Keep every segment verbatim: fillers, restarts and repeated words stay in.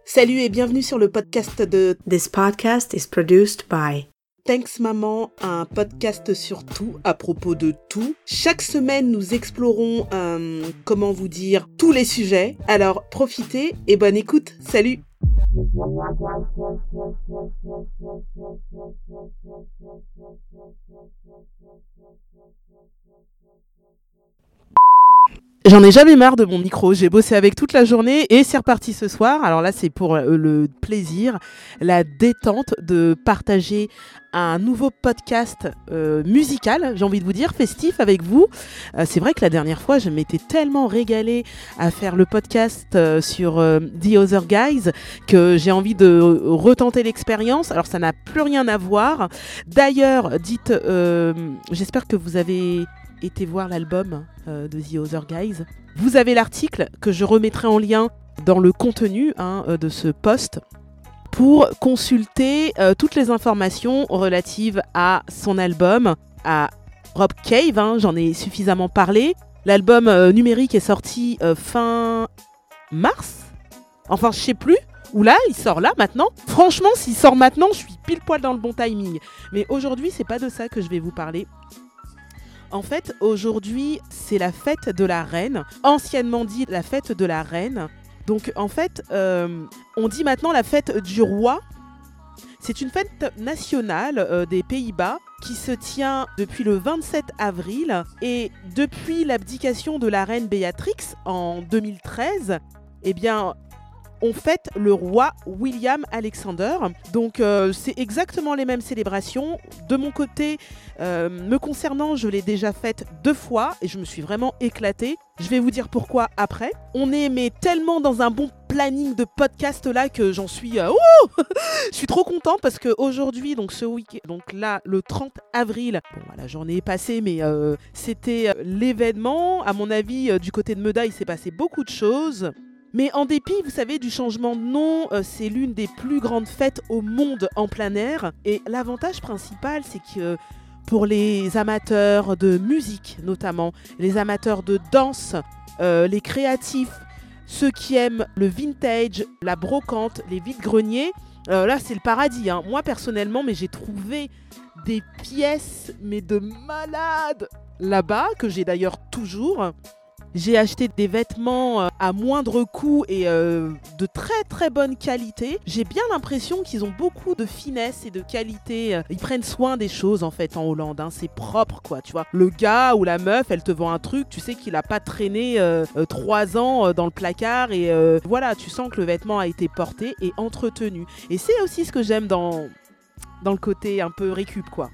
Salut et bienvenue sur le podcast de This podcast is produced by Thanks Maman, un podcast sur tout, à propos de tout. Chaque semaine, nous explorons, euh, comment vous dire, tous les sujets. Alors, profitez et bonne écoute. Salut! J'en ai jamais marre de mon micro, j'ai bossé avec toute la journée et c'est reparti ce soir. Alors là, c'est pour le plaisir, la détente de partager un nouveau podcast euh, musical, j'ai envie de vous dire, festif avec vous. Euh, c'est vrai que la dernière fois, je m'étais tellement régalée à faire le podcast euh, sur euh, The Other Guys que j'ai envie de retenter l'expérience. Alors ça n'a plus rien à voir. D'ailleurs, dites, euh, j'espère que vous avez été voir l'album euh, de The Other Guys. Vous avez l'article que je remettrai en lien dans le contenu hein, de ce post pour consulter euh, toutes les informations relatives à son album, à Rob Cave, hein, j'en ai suffisamment parlé. L'album euh, numérique est sorti euh, fin mars, enfin je sais plus. Ou là, il sort là maintenant. Franchement, s'il sort maintenant, je suis pile poil dans le bon timing. Mais aujourd'hui, c'est pas de ça que je vais vous parler. En fait, aujourd'hui, c'est la fête de la reine, anciennement dit la fête de la reine. Donc, en fait, euh, on dit maintenant la fête du roi. C'est une fête nationale euh, des Pays-Bas qui se tient depuis le vingt-sept avril. Et depuis l'abdication de la reine Béatrix en deux mille treize, eh bien, on fête le roi William Alexander. Donc euh, c'est exactement les mêmes célébrations. De mon côté, euh, me concernant, je l'ai déjà faite deux fois et je me suis vraiment éclatée. Je vais vous dire pourquoi après. On est mais tellement dans un bon planning de podcast là que j'en suis... Euh, je suis trop contente parce qu'aujourd'hui, donc ce week-end, donc là, le trente avril, bon, la journée est passée, mais euh, c'était euh, l'événement. À mon avis, euh, du côté de Meda, il s'est passé beaucoup de choses. Mais en dépit, vous savez, du changement de nom, euh, c'est l'une des plus grandes fêtes au monde en plein air. Et l'avantage principal, c'est que pour les amateurs de musique notamment, les amateurs de danse, euh, les créatifs, ceux qui aiment le vintage, la brocante, les vide-greniers, euh, là c'est le paradis. Hein. Moi personnellement, mais j'ai trouvé des pièces mais de malades là-bas, que j'ai d'ailleurs toujours. J'ai acheté des vêtements à moindre coût et euh, de très très bonne qualité. J'ai bien l'impression qu'ils ont beaucoup de finesse et de qualité. Ils prennent soin des choses en fait en Hollande. Hein. C'est propre quoi, tu vois. Le gars ou la meuf, elle te vend un truc, tu sais qu'il a pas traîné euh, euh, trois ans euh, dans le placard et euh, voilà, tu sens que le vêtement a été porté et entretenu. Et c'est aussi ce que j'aime dans, dans le côté un peu récup quoi.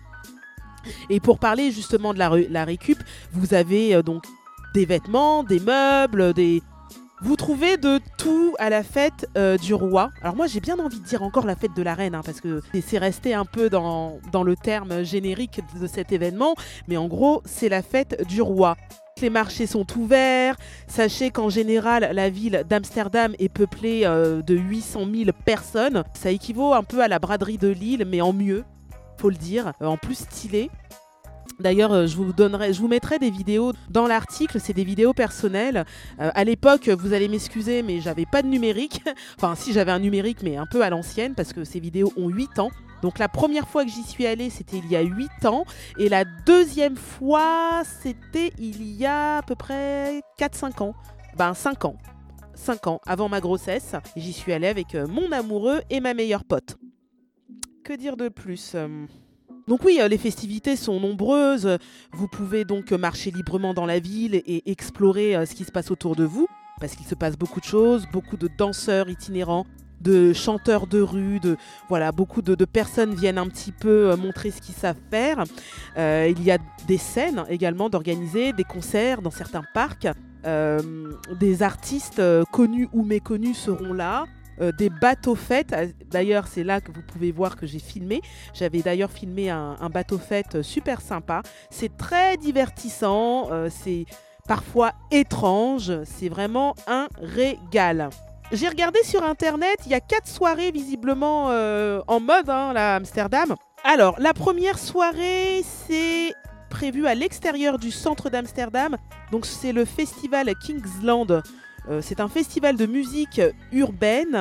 Et pour parler justement de la, la récup, vous avez euh, donc des vêtements, des meubles, des... Vous trouvez de tout à la fête euh, du roi. Alors moi j'ai bien envie de dire encore la fête de la reine, hein, parce que c'est resté un peu dans, dans le terme générique de cet événement, mais en gros c'est la fête du roi. Les marchés sont ouverts. Sachez qu'en général la ville d'Amsterdam est peuplée euh, de huit cent mille personnes. Ça équivaut un peu à la braderie de Lille, mais en mieux, faut le dire, euh, en plus stylé. D'ailleurs, je vous donnerai, je vous mettrai des vidéos dans l'article, c'est des vidéos personnelles. Euh, à l'époque, vous allez m'excuser, mais j'avais pas de numérique. Enfin, si j'avais un numérique, mais un peu à l'ancienne, parce que ces vidéos ont huit ans. Donc la première fois que j'y suis allée, c'était il y a huit ans. Et la deuxième fois, c'était il y a à peu près quatre cinq ans. Ben, cinq ans. cinq ans, avant ma grossesse. J'y suis allée avec mon amoureux et ma meilleure pote. Que dire de plus ? Donc oui, les festivités sont nombreuses. Vous pouvez donc marcher librement dans la ville et explorer ce qui se passe autour de vous, parce qu'il se passe beaucoup de choses, beaucoup de danseurs itinérants, de chanteurs de rue, de voilà, beaucoup de, de personnes viennent un petit peu montrer ce qu'ils savent faire. Euh, il y a des scènes également d'organiser, des concerts dans certains parcs. Euh, des artistes connus ou méconnus seront là. Euh, des bateaux-fêtes, d'ailleurs c'est là que vous pouvez voir que j'ai filmé, j'avais d'ailleurs filmé un, un bateau-fête super sympa, c'est très divertissant, euh, c'est parfois étrange, c'est vraiment un régal. J'ai regardé sur internet, il y a quatre soirées visiblement euh, en mode hein, là, à Amsterdam. Alors la première soirée c'est prévu à l'extérieur du centre d'Amsterdam, donc c'est le festival Kingsland. Euh, c'est un festival de musique urbaine.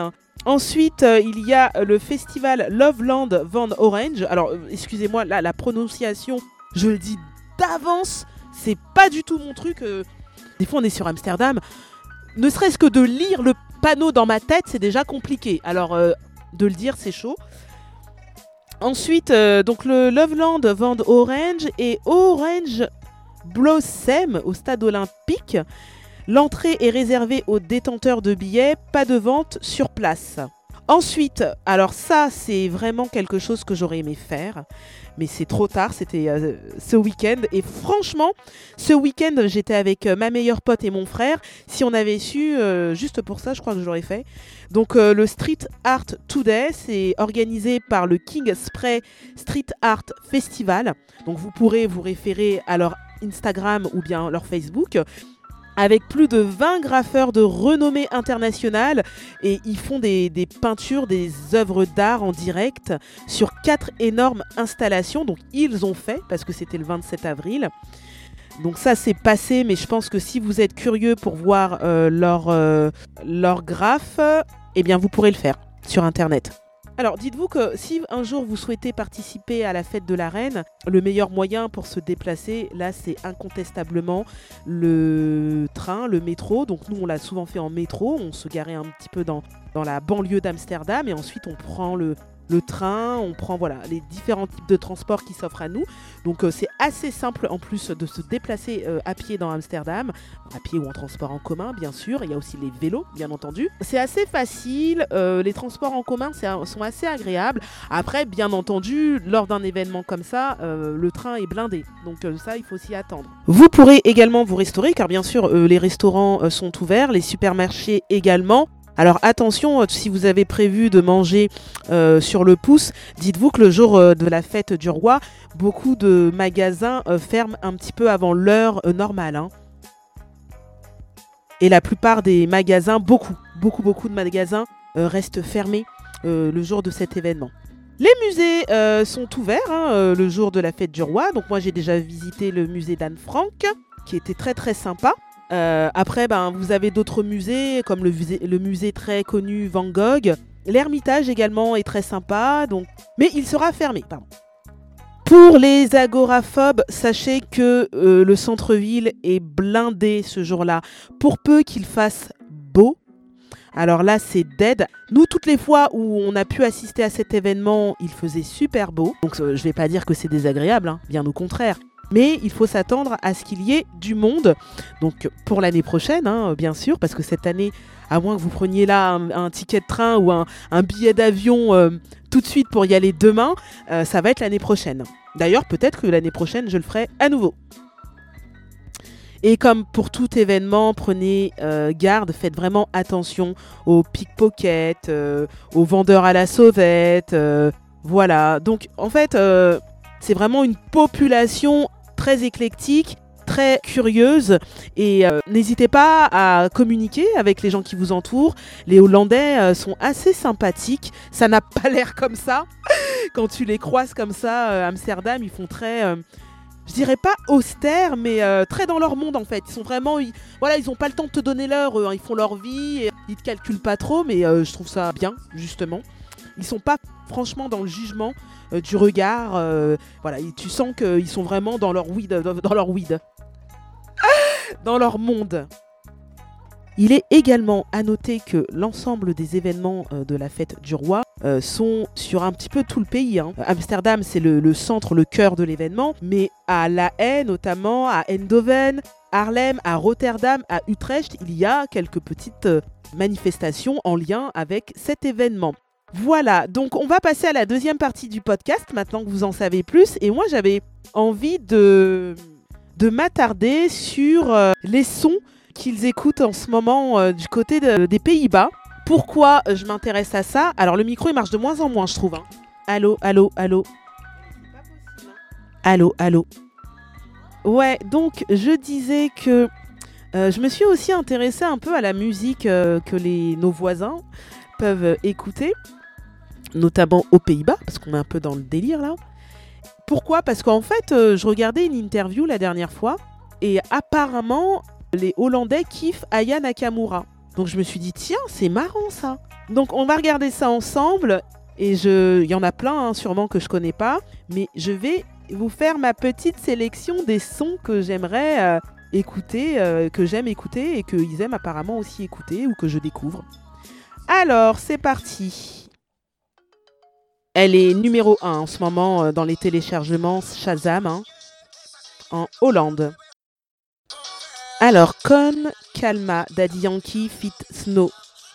Ensuite, euh, il y a le festival Loveland Van Orange. Alors, euh, excusez-moi, là, la prononciation, je le dis d'avance, c'est pas du tout mon truc. Euh, des fois, on est sur Amsterdam. Ne serait-ce que de lire le panneau dans ma tête, c'est déjà compliqué. Alors, euh, de le dire, c'est chaud. Ensuite, euh, donc le Loveland Van Orange et Orange Blossom au stade olympique. L'entrée est réservée aux détenteurs de billets, pas de vente sur place. Ensuite, alors ça, c'est vraiment quelque chose que j'aurais aimé faire, mais c'est trop tard, c'était euh, ce week-end. Et franchement, ce week-end, j'étais avec euh, ma meilleure pote et mon frère. Si on avait su, euh, juste pour ça, je crois que j'aurais fait. Donc euh, le Street Art Today, c'est organisé par le King Spray Street Art Festival. Donc vous pourrez vous référer à leur Instagram ou bien leur Facebook. Avec plus de vingt graffeurs de renommée internationale, et ils font des, des peintures, des œuvres d'art en direct sur quatre énormes installations. Donc ils ont fait, parce que c'était le vingt-sept avril. Donc ça c'est passé, mais je pense que si vous êtes curieux pour voir euh, leur, euh, leur graphe, eh bien vous pourrez le faire sur internet. Alors, dites-vous que si un jour vous souhaitez participer à la fête de la Reine, le meilleur moyen pour se déplacer, là, c'est incontestablement le train, le métro. Donc, nous, on l'a souvent fait en métro. On se garait un petit peu dans, dans la banlieue d'Amsterdam et ensuite, on prend le, le train, on prend voilà, les différents types de transports qui s'offrent à nous. Donc, euh, c'est assez simple en plus de se déplacer euh, à pied dans Amsterdam, à pied ou en transport en commun, bien sûr. Il y a aussi les vélos, bien entendu. C'est assez facile. Euh, les transports en commun c'est, sont assez agréables. Après, bien entendu, lors d'un événement comme ça, euh, le train est blindé. Donc, euh, ça, il faut s'y attendre. Vous pourrez également vous restaurer, car bien sûr, euh, les restaurants euh, sont ouverts, les supermarchés également. Alors attention, si vous avez prévu de manger euh, sur le pouce, dites-vous que le jour euh, de la fête du roi, beaucoup de magasins euh, ferment un petit peu avant l'heure euh, normale. Hein. Et la plupart des magasins, beaucoup, beaucoup, beaucoup de magasins euh, restent fermés euh, le jour de cet événement. Les musées euh, sont ouverts hein, euh, le jour de la fête du roi. Donc moi j'ai déjà visité le musée d'Anne Frank, qui était très très sympa. Euh, après, ben, vous avez d'autres musées, comme le musée, le musée très connu Van Gogh. L'Ermitage également est très sympa, donc... mais il sera fermé. Pardon. Pour les agoraphobes, sachez que euh, le centre-ville est blindé ce jour-là. Pour peu qu'il fasse beau, alors là c'est dead. Nous, toutes les fois où on a pu assister à cet événement, il faisait super beau. Donc euh, je vais pas dire que c'est désagréable, hein, bien au contraire. Mais il faut s'attendre à ce qu'il y ait du monde. Donc pour l'année prochaine, hein, bien sûr, parce que cette année, à moins que vous preniez là un, un ticket de train ou un, un billet d'avion euh, tout de suite pour y aller demain, euh, ça va être l'année prochaine. D'ailleurs, peut-être que l'année prochaine, je le ferai à nouveau. Et comme pour tout événement, prenez euh, garde, faites vraiment attention aux pickpockets, euh, aux vendeurs à la sauvette. Euh, voilà, donc en fait, euh, c'est vraiment une population très éclectique, très curieuse et euh, n'hésitez pas à communiquer avec les gens qui vous entourent. Les Hollandais euh, sont assez sympathiques, ça n'a pas l'air comme ça. Quand tu les croises comme ça, euh, Amsterdam, ils font très, euh, je dirais pas austère, mais euh, très dans leur monde en fait. Ils sont vraiment, ils, voilà, ils ont pas le temps de te donner l'heure, eux, hein. Ils font leur vie, et ils te calculent pas trop, mais euh, je trouve ça bien justement. Ils sont pas franchement dans le jugement euh, du regard. Euh, voilà, et tu sens qu'ils sont vraiment dans leur weed, dans leur weed, dans leur monde. Il est également à noter que l'ensemble des événements euh, de la fête du roi euh, sont sur un petit peu tout le pays. Hein. Amsterdam, c'est le, le centre, le cœur de l'événement, mais à La Haye notamment, à Eindhoven, Haarlem, à Rotterdam, à Utrecht, il y a quelques petites euh, manifestations en lien avec cet événement. Voilà, donc on va passer à la deuxième partie du podcast, maintenant que vous en savez plus. Et moi, j'avais envie de, de m'attarder sur euh, les sons qu'ils écoutent en ce moment euh, du côté de, des Pays-Bas. Pourquoi je m'intéresse à ça? Alors, le micro, il marche de moins en moins, je trouve. Hein. Allô, allô, allô. Allô, allô. Ouais, donc, je disais que euh, je me suis aussi intéressée un peu à la musique euh, que les, nos voisins peuvent écouter, notamment aux Pays-Bas, parce qu'on est un peu dans le délire là. Pourquoi? Parce qu'en fait, euh, je regardais une interview la dernière fois, et apparemment, les Hollandais kiffent Aya Nakamura. Donc je me suis dit, tiens, c'est marrant ça. Donc on va regarder ça ensemble. Et je... il y en a plein, hein, sûrement, que je connais pas. Mais je vais vous faire ma petite sélection des sons que j'aimerais euh, écouter, euh, que j'aime écouter et qu'ils aiment apparemment aussi écouter ou que je découvre. Alors, c'est parti. Elle est numéro un en ce moment euh, dans les téléchargements Shazam, hein, en Hollande. Alors, Con Calma, Daddy Yankee feat. Snow.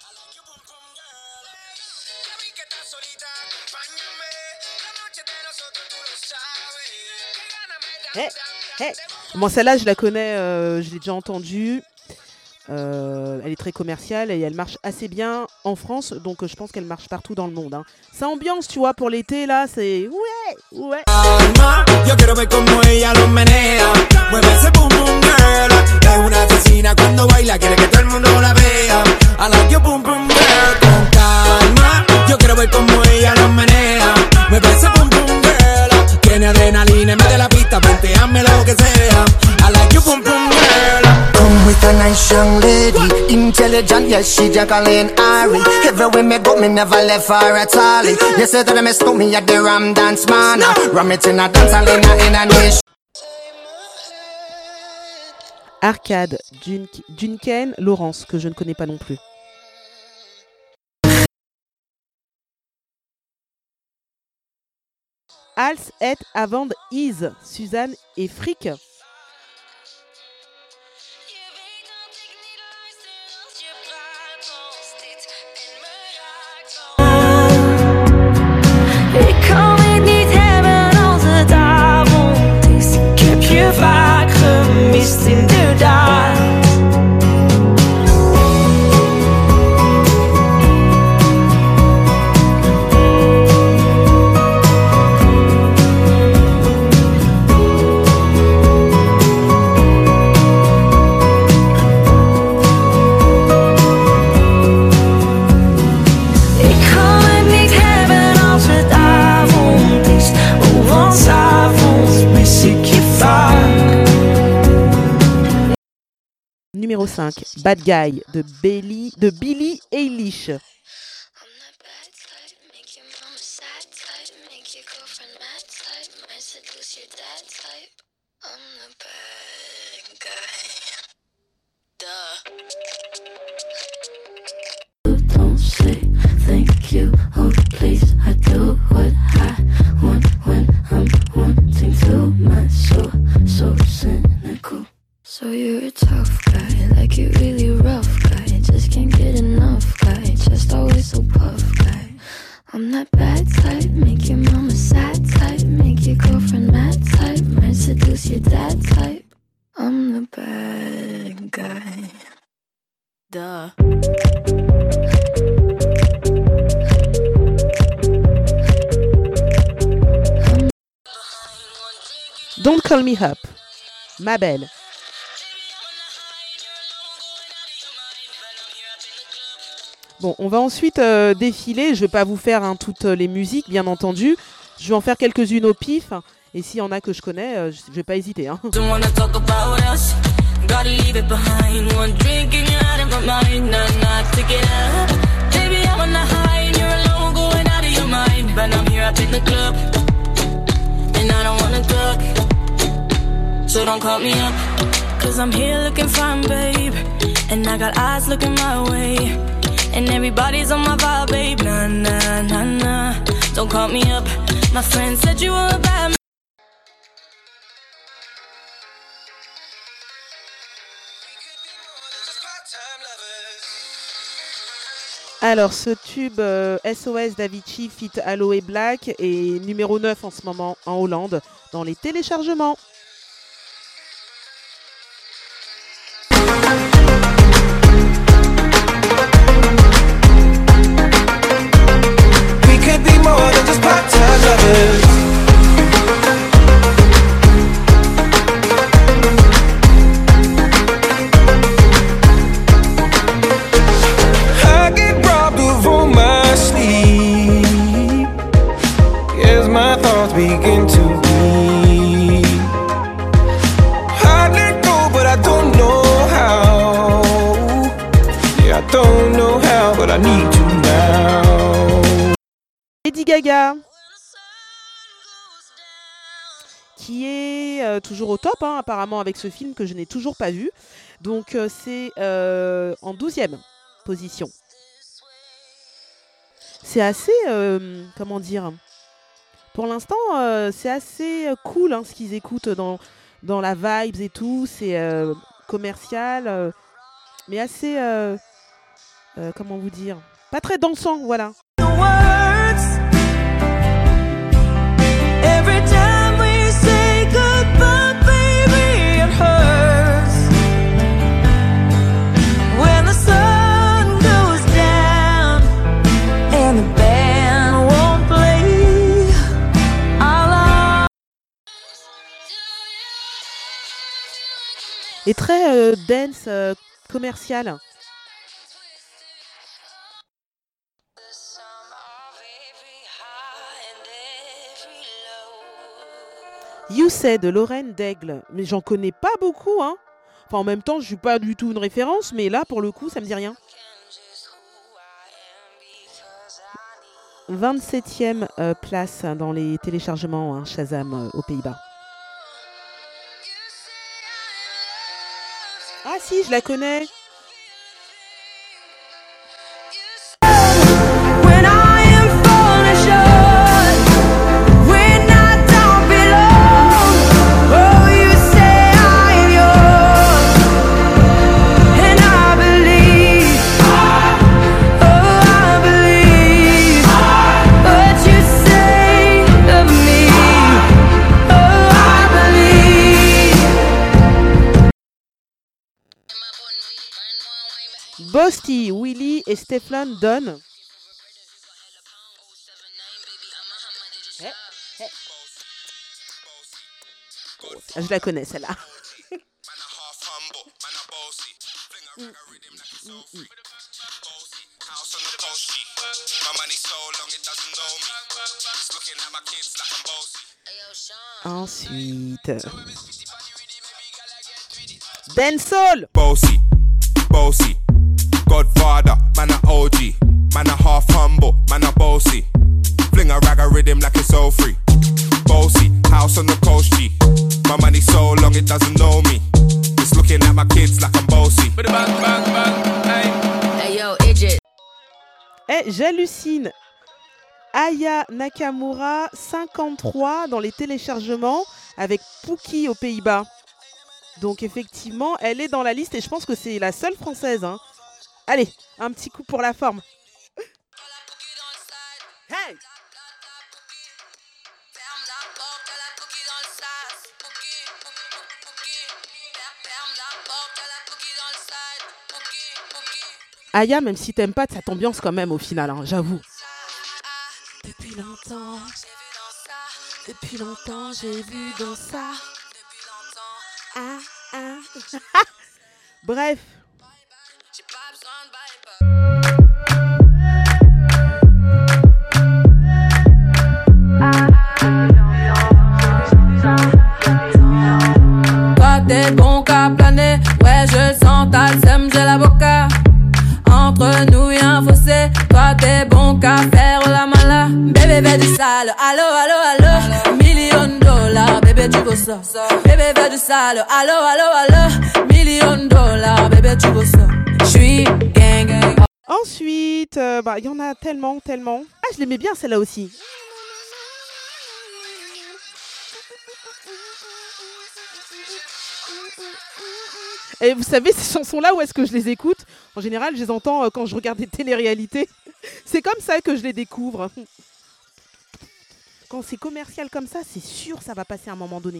Hey, hey. Bon, celle-là, je la connais, euh, je l'ai déjà entendue. Euh, elle est très commerciale et elle marche assez bien en France, donc je pense qu'elle marche partout dans le monde. Hein. Ça ambiance, tu vois, pour l'été, là, c'est... Ouais, ouais. Yo quiero ver como ella lo menea. Mueve ese boom boom girl. Es una asesina cuando baila, quiere que todo el mundo la vea. I like your boom boom girl. Con calma. Yo quiero ver como ella lo menea. Mueve ese boom boom girl. Tiene adrenalina en vez de la pista, venteame lo que sea. I like your boom boom girl. Come with a nice young lady, intelligent, yes, she Jacqueline Ari. Everywhere me go, me never left her at all. You say that I miss me at the Ram Dance Man. Ram it in a dance hall in a, in a nation. Arcade, Dun- Duncan Laurence, que je ne connais pas non plus. Als et avant Is, Suzanne et Frick. Numéro cinq, Bad Guy de Billie, de Billie Eilish. Don't say thank you, hold please. I do what I want when I'm wanting to. My soul, so cynical. So you're a tough guy, like you really rough guy. Just can't get enough guy, just always so puff guy. I'm that bad type, make your mama sad type. Make your girlfriend mad type, might seduce your dad type. I'm the bad guy. Duh. Don't Call Me Up, Ma Belle. Bon, on va ensuite euh, défiler. Je ne vais pas vous faire hein, toutes les musiques, bien entendu. Je vais en faire quelques-unes au pif. Et s'il y en a que je connais, euh, je ne vais pas hésiter. Hein. So don't call me up, cause I'm here looking fine, babe. And I got eyes looking my way. And everybody's on my vibe, babe. Nah, nah, nah, nah. Don't call me up. My friend said you were a bad man. Alors, ce tube euh, S O S d'Avicii feat. Aloe Black est numéro neuf en ce moment en Hollande dans les téléchargements. Begin to be. I let go, but I don't know how. Yeah, I don't Lady Gaga, qui est euh, toujours au top, hein, apparemment, avec ce film que je n'ai toujours pas vu. Donc, euh, c'est euh, en douzième position. C'est assez, euh, comment dire, pour l'instant, euh, c'est assez euh, cool hein, ce qu'ils écoutent dans, dans la vibes et tout. C'est euh, commercial, euh, mais assez, euh, euh, comment vous dire, pas très dansant, voilà. Et très euh, dance, euh, commercial. You Say de Lorraine Daigle. Mais j'en connais pas beaucoup, hein. Enfin, en même temps, je suis pas du tout une référence, mais là, pour le coup, ça me dit rien. vingt-septième euh, place dans les téléchargements hein, Shazam euh, aux Pays-Bas. Ah si, je la connais. Bosti, Willy et Stefflon Don. Eh, eh. Ah, je la connais celle-là. mm, mm, mm. Ensuite, Dancehall. Bossy, bossy. Godfather, man a O G, man a half humble, man a bossy. Fling a rag a rhythm like it's all free. Bossy, house on the coast G. My money so long it doesn't know me. It's looking at my kids like I'm bossy. Bang bang bang, hey. Hey yo, idiot. Eh, j'hallucine. Aya Nakamura, cinquante-trois dans les téléchargements avec Pookie aux Pays-Bas. Donc effectivement, elle est dans la liste et je pense que c'est la seule française. Hein. Allez, un petit coup pour la forme. Hey! Aya, même si t'aimes pas cette ambiance quand même au final, hein, j'avoue. Depuis longtemps, depuis longtemps, j'ai vu dans ça. Ah, ah. Bref. Toi t'es bon qu'à planer, ouais je sens ta sème, j'ai la boca. Entre nous y'a un fossé, toi t'es bon qu'à faire la mala. Bébé bébé du sale, allo allo allo. Million de dollars, bébé tu veux ça. Bébé bébé du sale, allo allo allo. Million de dollars, bébé tu veux ça. J'suis gang gang. Ensuite, euh, bah il y en a tellement, tellement. Ah je l'aimais bien celle-là aussi. Et vous savez, ces chansons-là, où est-ce que je les écoute? En général, je les entends euh, quand je regarde des télé-réalités. C'est comme ça que je les découvre. Quand c'est commercial comme ça, c'est sûr ça va passer à un moment donné.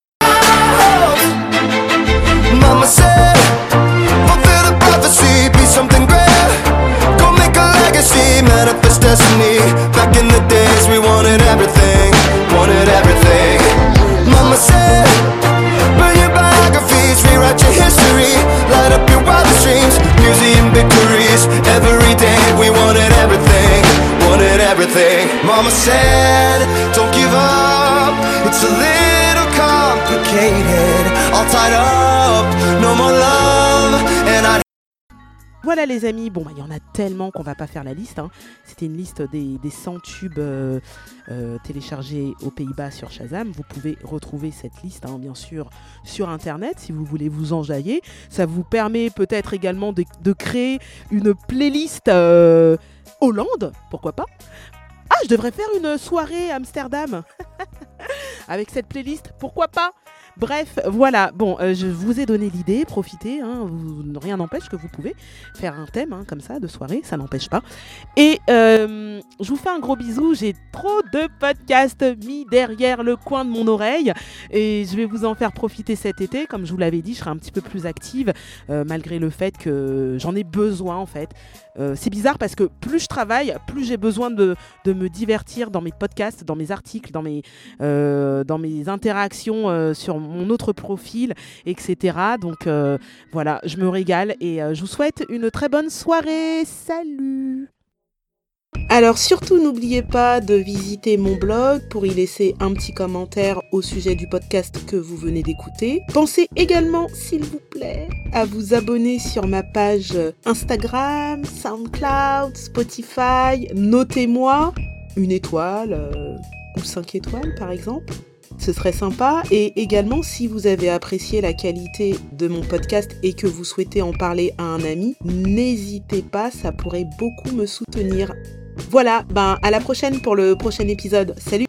Mama said, fulfill the prophecy, be something great. Go make a legacy, manifest destiny. Back in the days we wanted everything, wanted everything. Mama said, burn your biographies, rewrite your history. Light up your wildest dreams, museum victories. Every day we wanted everything, wanted everything. Mama said, don't give up, it's a little complicated. All tied up, no more love, and I. Voilà les amis, bon, bah, il y en a tellement qu'on va pas faire la liste. Hein. C'était une liste des, des cent tubes euh, euh, téléchargés aux Pays-Bas sur Shazam. Vous pouvez retrouver cette liste, hein, bien sûr, sur Internet si vous voulez vous enjailler. Ça vous permet peut-être également de, de créer une playlist euh, Hollande, pourquoi pas. Ah, je devrais faire une soirée à Amsterdam avec cette playlist, pourquoi pas. Bref, voilà, bon, euh, je vous ai donné l'idée, profitez, hein, vous, rien n'empêche que vous pouvez faire un thème hein, comme ça de soirée, ça n'empêche pas. Et euh, je vous fais un gros bisou, j'ai trop de podcasts mis derrière le coin de mon oreille et je vais vous en faire profiter cet été. Comme je vous l'avais dit, je serai un petit peu plus active euh, malgré le fait que j'en ai besoin en fait. Euh, c'est bizarre parce que plus je travaille, plus j'ai besoin de, de me divertir dans mes podcasts, dans mes articles, dans mes, euh, dans mes interactions euh, sur mon autre profil, et cetera. Donc euh, voilà, je me régale et euh, je vous souhaite une très bonne soirée. Salut! Alors surtout n'oubliez pas de visiter mon blog pour y laisser un petit commentaire au sujet du podcast que vous venez d'écouter. Pensez également, s'il vous plaît, à vous abonner sur ma page Instagram, SoundCloud, Spotify. Notez-moi une étoile euh, ou cinq étoiles par exemple. Ce serait sympa. Et également, si vous avez apprécié la qualité de mon podcast et que vous souhaitez en parler à un ami, n'hésitez pas, ça pourrait beaucoup me soutenir. Voilà, ben à la prochaine pour le prochain épisode. Salut!